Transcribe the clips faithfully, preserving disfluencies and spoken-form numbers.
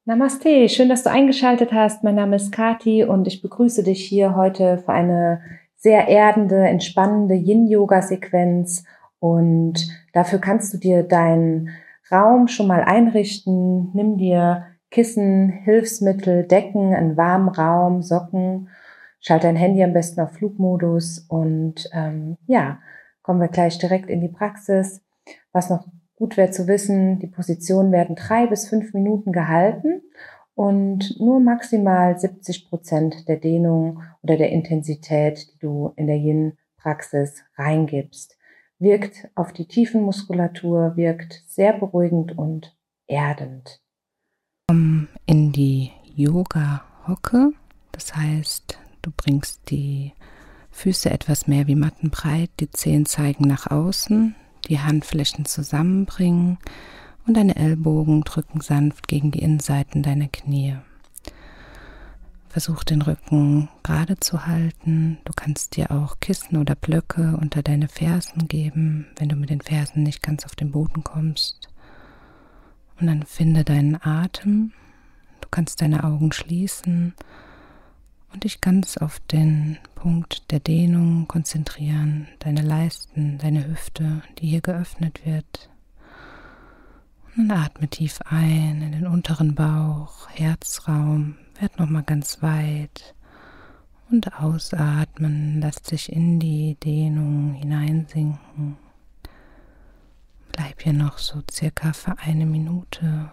Namaste, schön, dass du eingeschaltet hast. Mein Name ist Kati und ich begrüße dich hier heute für eine sehr erdende, entspannende Yin-Yoga-Sequenz. Und dafür kannst du dir deinen Raum schon mal einrichten. Nimm dir Kissen, Hilfsmittel, Decken, einen warmen Raum, Socken. Schalte dein Handy am besten auf Flugmodus und ähm, ja, kommen wir gleich direkt in die Praxis. Was noch gut wäre zu wissen, die Positionen werden drei bis fünf Minuten gehalten und nur maximal siebzig Prozent der Dehnung oder der Intensität, die du in der Yin-Praxis reingibst. Wirkt auf die Tiefenmuskulatur, wirkt sehr beruhigend und erdend. Komm in die Yoga-Hocke, das heißt, du bringst die Füße etwas mehr wie mattenbreit, die Zehen zeigen nach außen, die Handflächen zusammenbringen und deine Ellbogen drücken sanft gegen die Innenseiten deiner Knie. Versuch den Rücken gerade zu halten. Du kannst dir auch Kissen oder Blöcke unter deine Fersen geben, wenn du mit den Fersen nicht ganz auf den Boden kommst. Und dann finde deinen Atem. Du kannst deine Augen schließen und dich ganz auf den Punkt der Dehnung konzentrieren, deine Leisten, deine Hüfte, die hier geöffnet wird. Und dann atme tief ein in den unteren Bauch, Herzraum, werd nochmal ganz weit und ausatmen, lass dich in die Dehnung hineinsinken. Bleib hier noch so circa für eine Minute.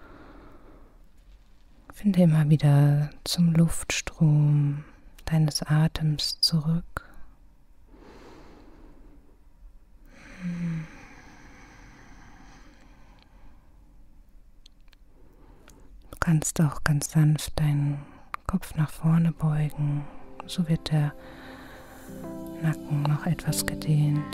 Finde immer wieder zum Luftstrom deines Atems zurück. Du kannst auch ganz sanft deinen Kopf nach vorne beugen. So wird der Nacken noch etwas gedehnt.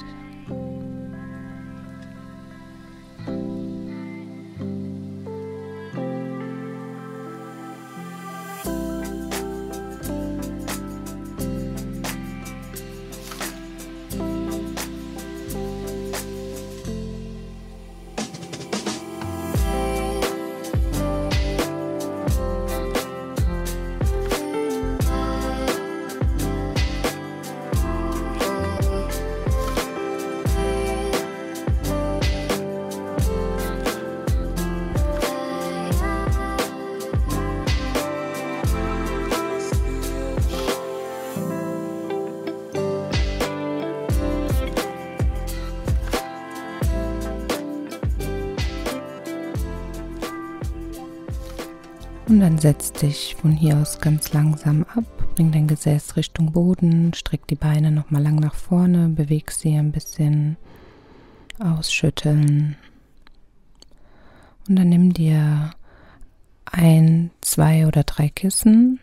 Und dann setz dich von hier aus ganz langsam ab, bring dein Gesäß Richtung Boden, streck die Beine nochmal lang nach vorne, beweg sie ein bisschen, ausschütteln. Und dann nimm dir ein, zwei oder drei Kissen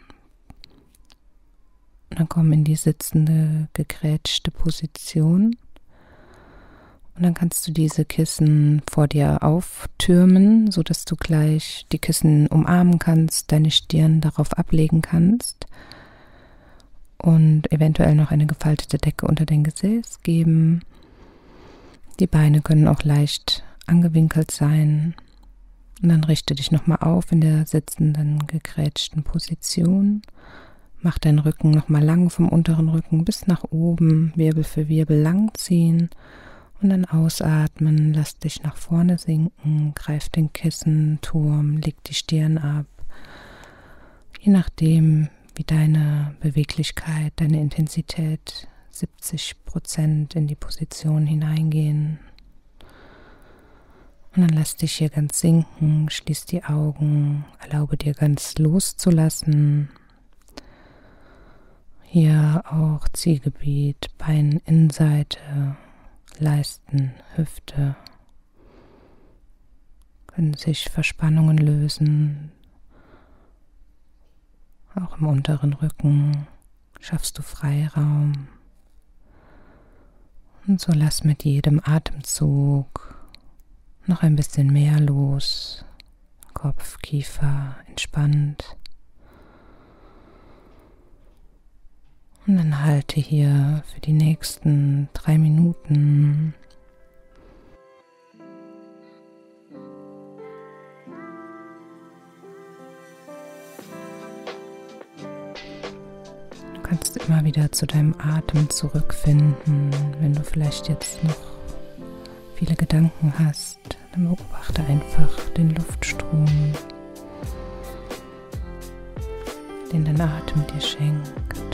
und dann komm in die sitzende, gegrätschte Position. Und dann kannst du diese Kissen vor dir auftürmen, sodass du gleich die Kissen umarmen kannst, deine Stirn darauf ablegen kannst und eventuell noch eine gefaltete Decke unter dein Gesäß geben. Die Beine können auch leicht angewinkelt sein. Und dann richte dich nochmal auf in der sitzenden, gegrätschten Position. Mach deinen Rücken nochmal lang vom unteren Rücken bis nach oben, Wirbel für Wirbel lang ziehen. Und dann ausatmen, lass dich nach vorne sinken, greif den Kissenturm, leg die Stirn ab. Je nachdem, wie deine Beweglichkeit, deine Intensität siebzig Prozent in die Position hineingehen. Und dann lass dich hier ganz sinken, schließ die Augen, erlaube dir ganz loszulassen. Hier auch Zielgebiet, Beininnenseite, Leisten, Hüfte, können sich Verspannungen lösen. Auch im unteren Rücken schaffst du Freiraum. Und so lass mit jedem Atemzug noch ein bisschen mehr los. Kopf, Kiefer entspannt. Und dann halte hier für die nächsten drei Minuten. kannst immer wieder zu deinem Atem zurückfinden. Wenn du vielleicht jetzt noch viele Gedanken hast, dann beobachte einfach den Luftstrom, den dein Atem dir schenkt.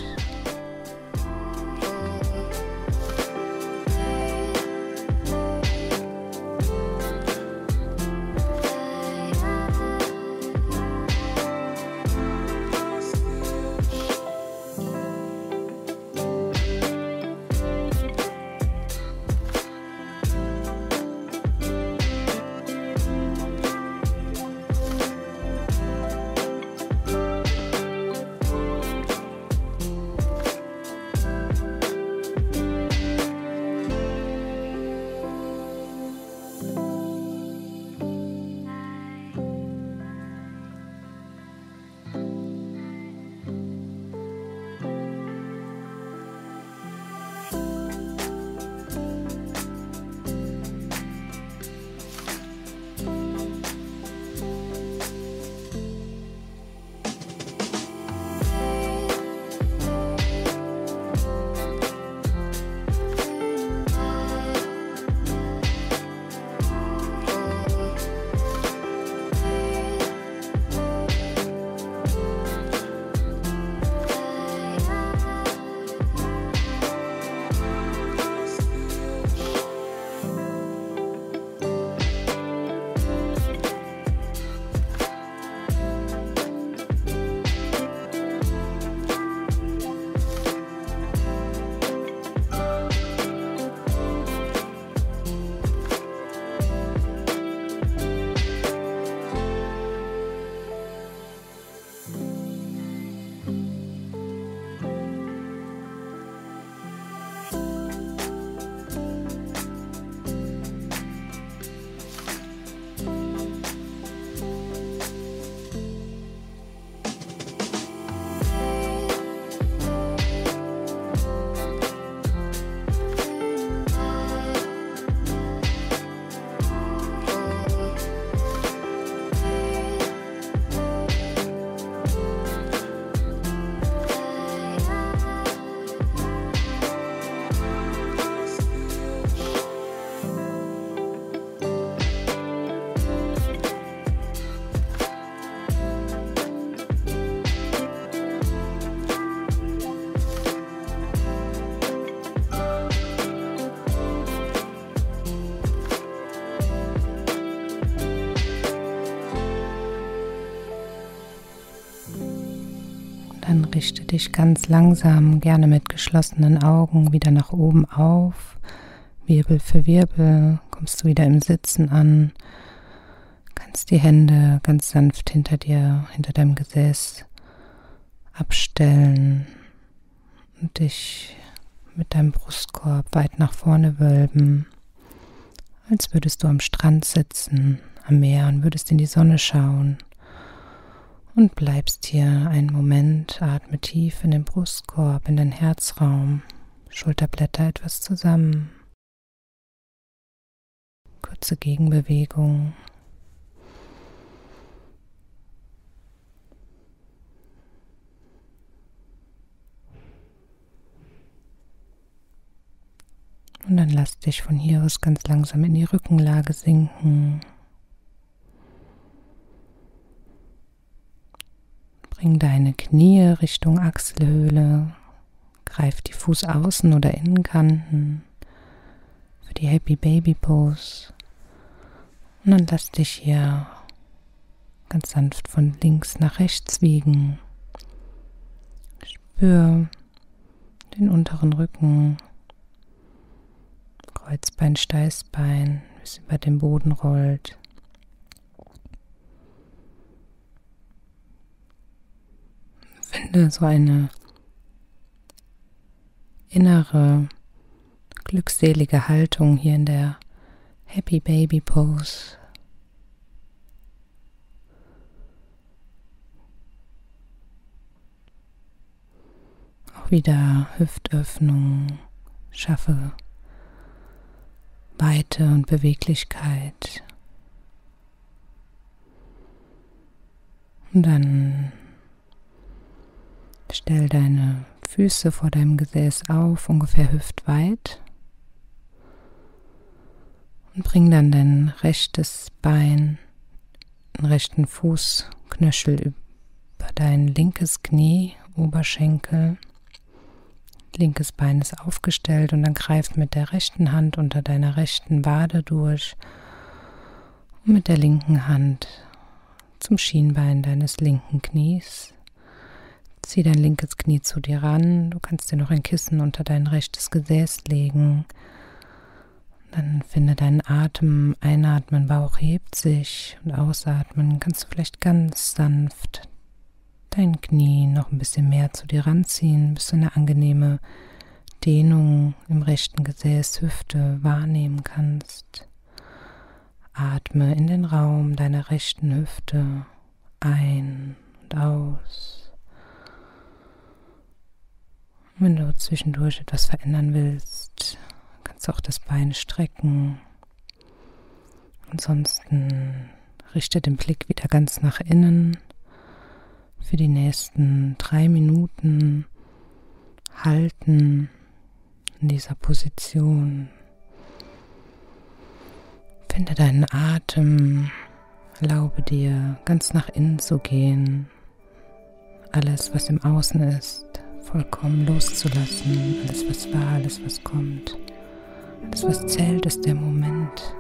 Dann richte dich ganz langsam, gerne mit geschlossenen Augen, wieder nach oben auf. Wirbel für Wirbel kommst du wieder im Sitzen an. Kannst die Hände ganz sanft hinter dir, hinter deinem Gesäß abstellen und dich mit deinem Brustkorb weit nach vorne wölben, als würdest du am Strand sitzen, am Meer und würdest in die Sonne schauen. Und bleibst hier einen Moment, atme tief in den Brustkorb, in den Herzraum, Schulterblätter etwas zusammen. Kurze Gegenbewegung. Und dann lass dich von hier aus ganz langsam in die Rückenlage sinken. Bring deine Knie Richtung Achselhöhle, greif die Fußaußen- oder Innenkanten für die Happy Baby Pose und dann lass dich hier ganz sanft von links nach rechts wiegen. Spür den unteren Rücken, Kreuzbein, Steißbein, bis über den Boden rollt. Finde so eine innere, glückselige Haltung hier in der Happy Baby Pose. Auch wieder Hüftöffnung, schaffe Weite und Beweglichkeit. Und dann stell deine Füße vor deinem Gesäß auf, ungefähr hüftweit. Und bring dann dein rechtes Bein, den rechten Fußknöchel über dein linkes Knie, Oberschenkel. Linkes Bein ist aufgestellt und dann greif mit der rechten Hand unter deiner rechten Wade durch und mit der linken Hand zum Schienbein deines linken Knies. Zieh dein linkes Knie zu dir ran. Du kannst dir noch ein Kissen unter dein rechtes Gesäß legen. Dann finde deinen Atem. Einatmen, Bauch hebt sich, und ausatmen kannst du vielleicht ganz sanft dein Knie noch ein bisschen mehr zu dir ranziehen, bis du eine angenehme Dehnung im rechten Gesäß, Hüfte wahrnehmen kannst. Atme in den Raum deiner rechten Hüfte ein und aus. Wenn du zwischendurch etwas verändern willst, kannst du auch das Bein strecken. Ansonsten richte den Blick wieder ganz nach innen. Für die nächsten drei Minuten halten in dieser Position. Finde deinen Atem, erlaube dir ganz nach innen zu gehen, alles was im Außen ist, vollkommen loszulassen, alles was war, alles was kommt, alles was zählt ist der Moment.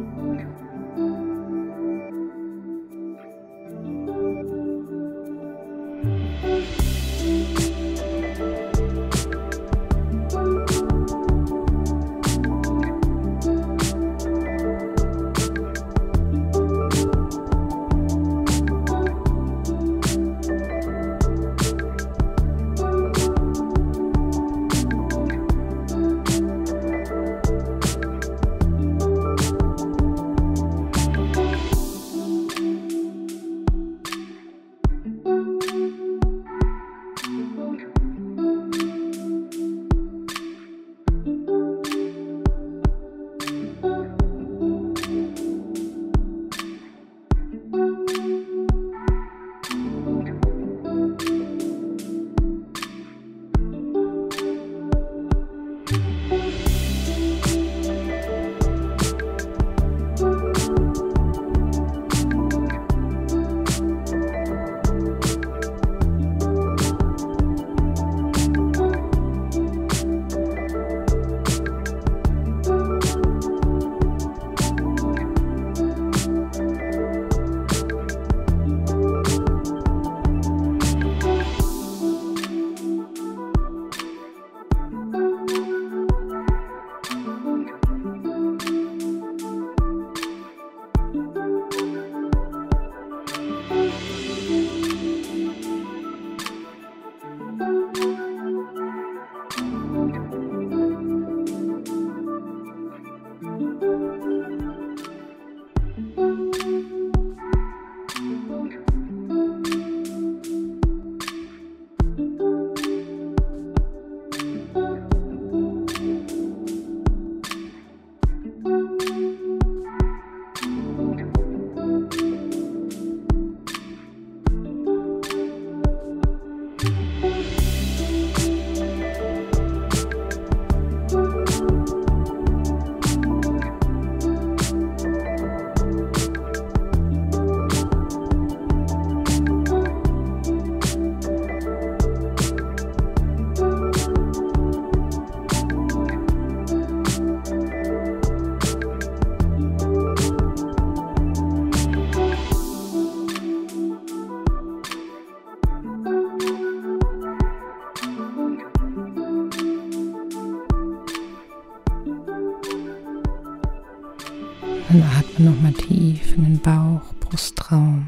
Dann atme nochmal tief in den Bauch, Brustraum.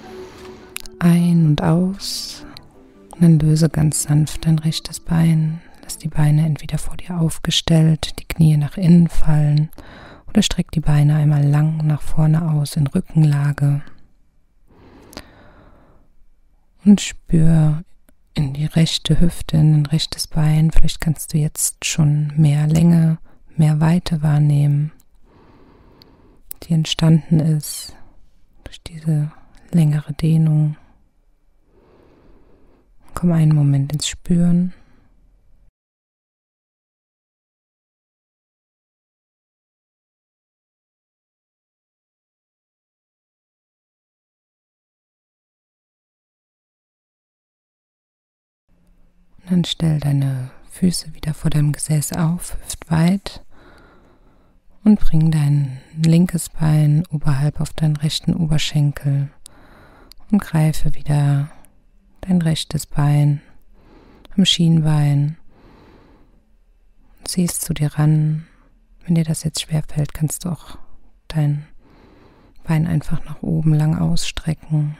Ein und aus. Und dann löse ganz sanft dein rechtes Bein. Lass die Beine entweder vor dir aufgestellt, die Knie nach innen fallen, oder streck die Beine einmal lang nach vorne aus in Rückenlage. Und spür in die rechte Hüfte, in ein rechtes Bein. Vielleicht kannst du jetzt schon mehr Länge, mehr Weite wahrnehmen, die entstanden ist durch diese längere Dehnung. Komm einen Moment ins Spüren Dann stell deine Füße wieder vor deinem Gesäß auf, hüftweit, und bring dein linkes Bein oberhalb auf deinen rechten Oberschenkel und greife wieder dein rechtes Bein am Schienbein und ziehst zu dir ran. Wenn dir das jetzt schwerfällt, kannst du auch dein Bein einfach nach oben lang ausstrecken.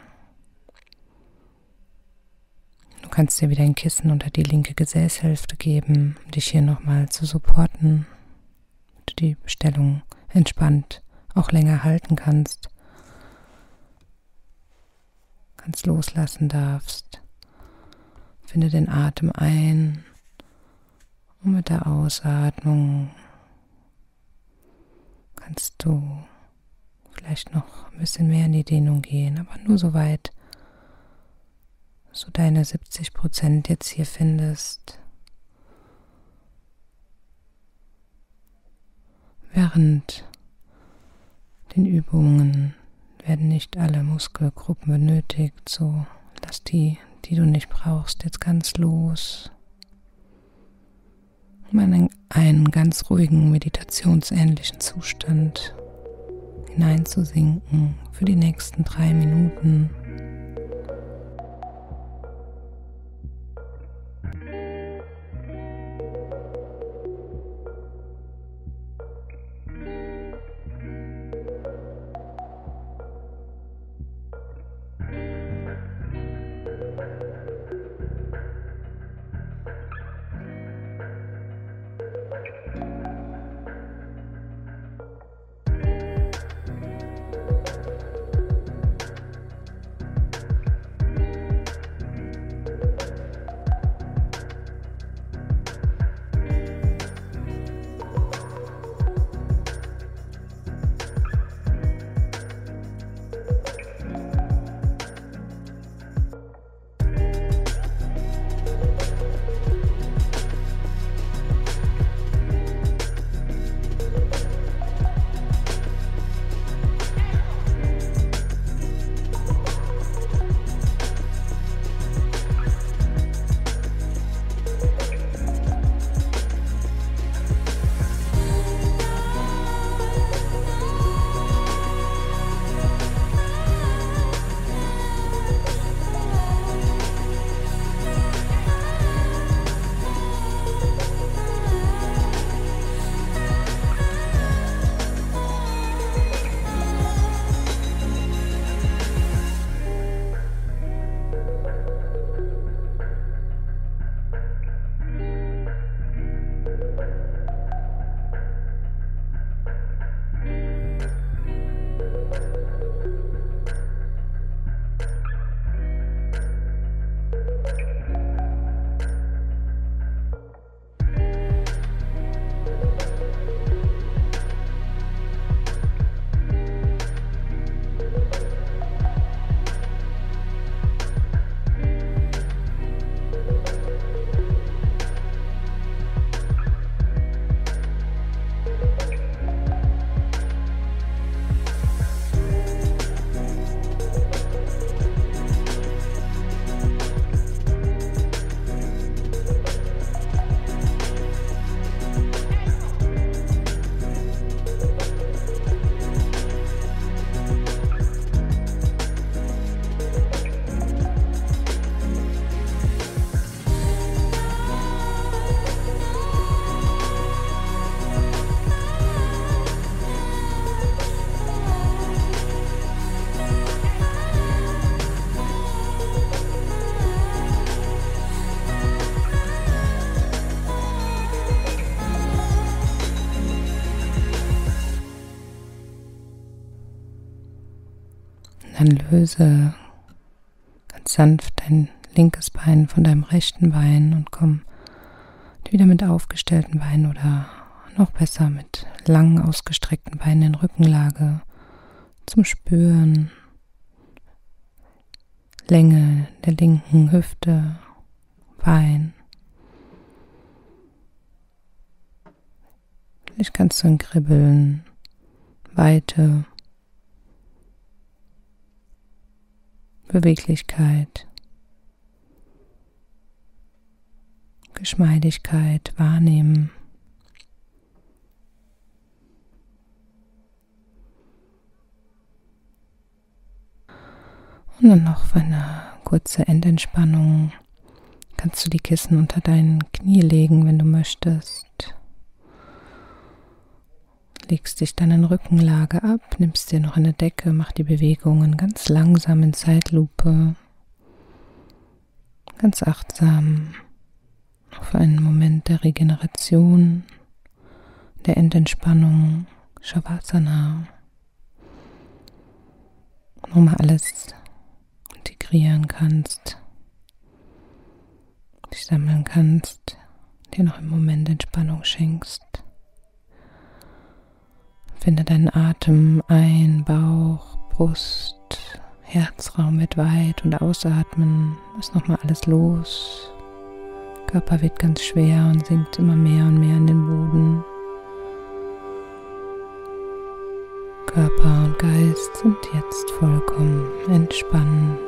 Du kannst dir wieder ein Kissen unter die linke Gesäßhälfte geben, um dich hier nochmal zu supporten, damit du die Stellung entspannt auch länger halten kannst. Ganz loslassen darfst. Finde den Atem ein und mit der Ausatmung kannst du vielleicht noch ein bisschen mehr in die Dehnung gehen, aber nur so weit, dass du deine siebzig Prozent jetzt hier findest. Während den Übungen werden nicht alle Muskelgruppen benötigt, so lass die, die du nicht brauchst, jetzt ganz los, um in einen ganz ruhigen, meditationsähnlichen Zustand hineinzusinken für die nächsten drei Minuten. Dann löse ganz sanft dein linkes Bein von deinem rechten Bein und komm wieder mit aufgestellten Beinen oder noch besser mit lang ausgestreckten Beinen in Rückenlage zum Spüren. Länge der linken Hüfte, Bein. Vielleicht kannst du ein Kribbeln, Weite, Beweglichkeit. Geschmeidigkeit wahrnehmen. Und dann noch für eine kurze Endentspannung kannst du die Kissen unter deinen Knie legen, wenn du möchtest. Legst dich dann in Rückenlage ab, nimmst dir noch eine Decke, mach die Bewegungen ganz langsam in Zeitlupe, ganz achtsam, noch für einen Moment der Regeneration, der Endentspannung, Shavasana, wo mal alles integrieren kannst, dich sammeln kannst, dir noch im Moment Entspannung schenkst. Finde deinen Atem ein, Bauch, Brust, Herzraum wird weit und ausatmen, lass nochmal alles los. Körper wird ganz schwer und sinkt immer mehr und mehr an den Boden. Körper und Geist sind jetzt vollkommen entspannt.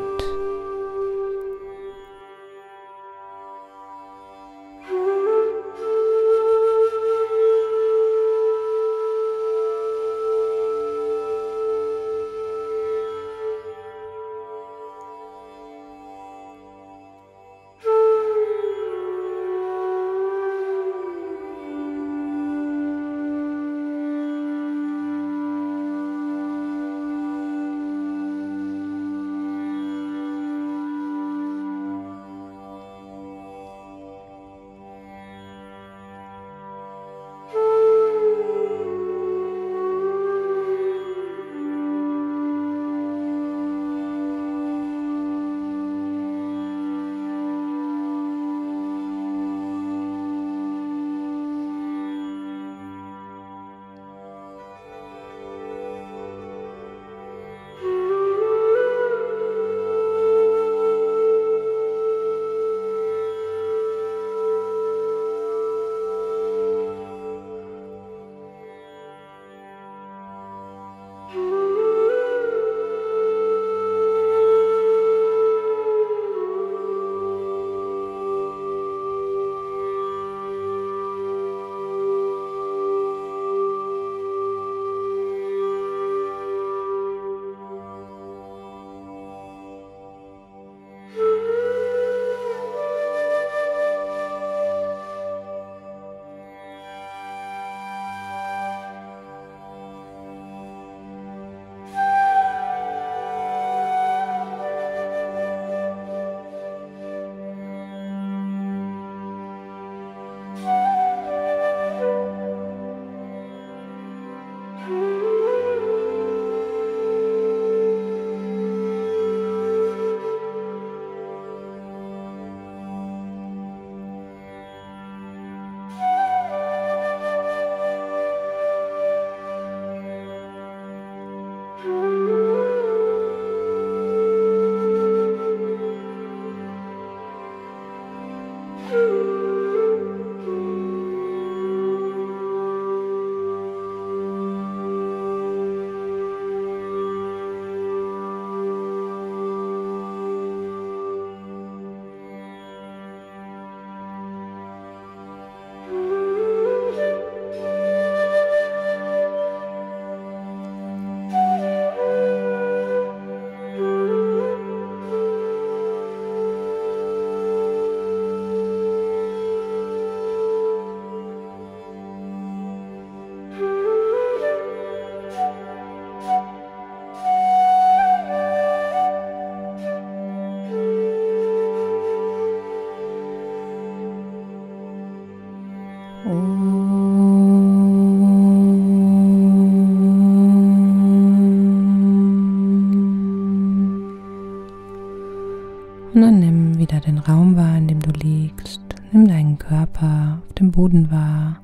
Und dann nimm wieder den Raum wahr, in dem du liegst. Nimm deinen Körper auf dem Boden wahr.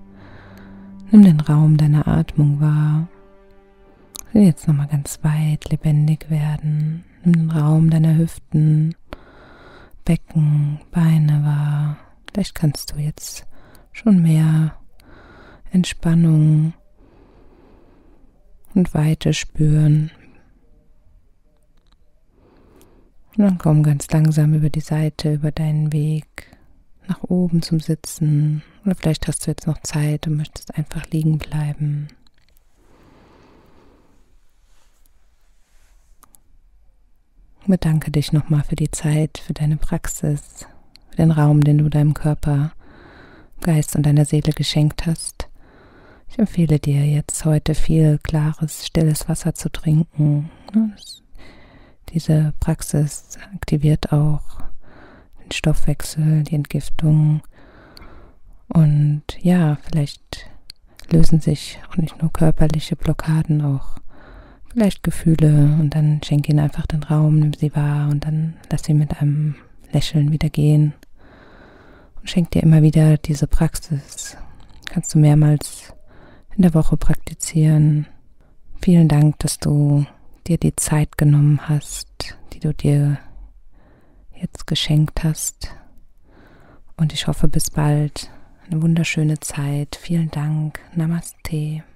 Nimm den Raum deiner Atmung wahr. Ich will jetzt nochmal ganz weit lebendig werden. Nimm den Raum deiner Hüften, Becken, Beine wahr. Vielleicht kannst du jetzt schon mehr Entspannung und Weite spüren. Und dann komm ganz langsam über die Seite, über deinen Weg nach oben zum Sitzen. Oder vielleicht hast du jetzt noch Zeit und möchtest einfach liegen bleiben. Bedanke dich nochmal für die Zeit, für deine Praxis, für den Raum, den du deinem Körper, Geist und deiner Seele geschenkt hast. Ich empfehle dir jetzt heute viel klares, stilles Wasser zu trinken. Diese Praxis aktiviert auch den Stoffwechsel, die Entgiftung. Und ja, vielleicht lösen sich auch nicht nur körperliche Blockaden, auch vielleicht Gefühle. Und dann schenk ihnen einfach den Raum, nimm sie wahr und dann lass sie mit einem Lächeln wieder gehen. Und schenk dir immer wieder diese Praxis. Kannst du mehrmals in der Woche praktizieren. Vielen Dank, dass du dir die Zeit genommen hast, die du dir jetzt geschenkt hast. Und ich hoffe, bis bald. Eine wunderschöne Zeit. Vielen Dank. Namaste.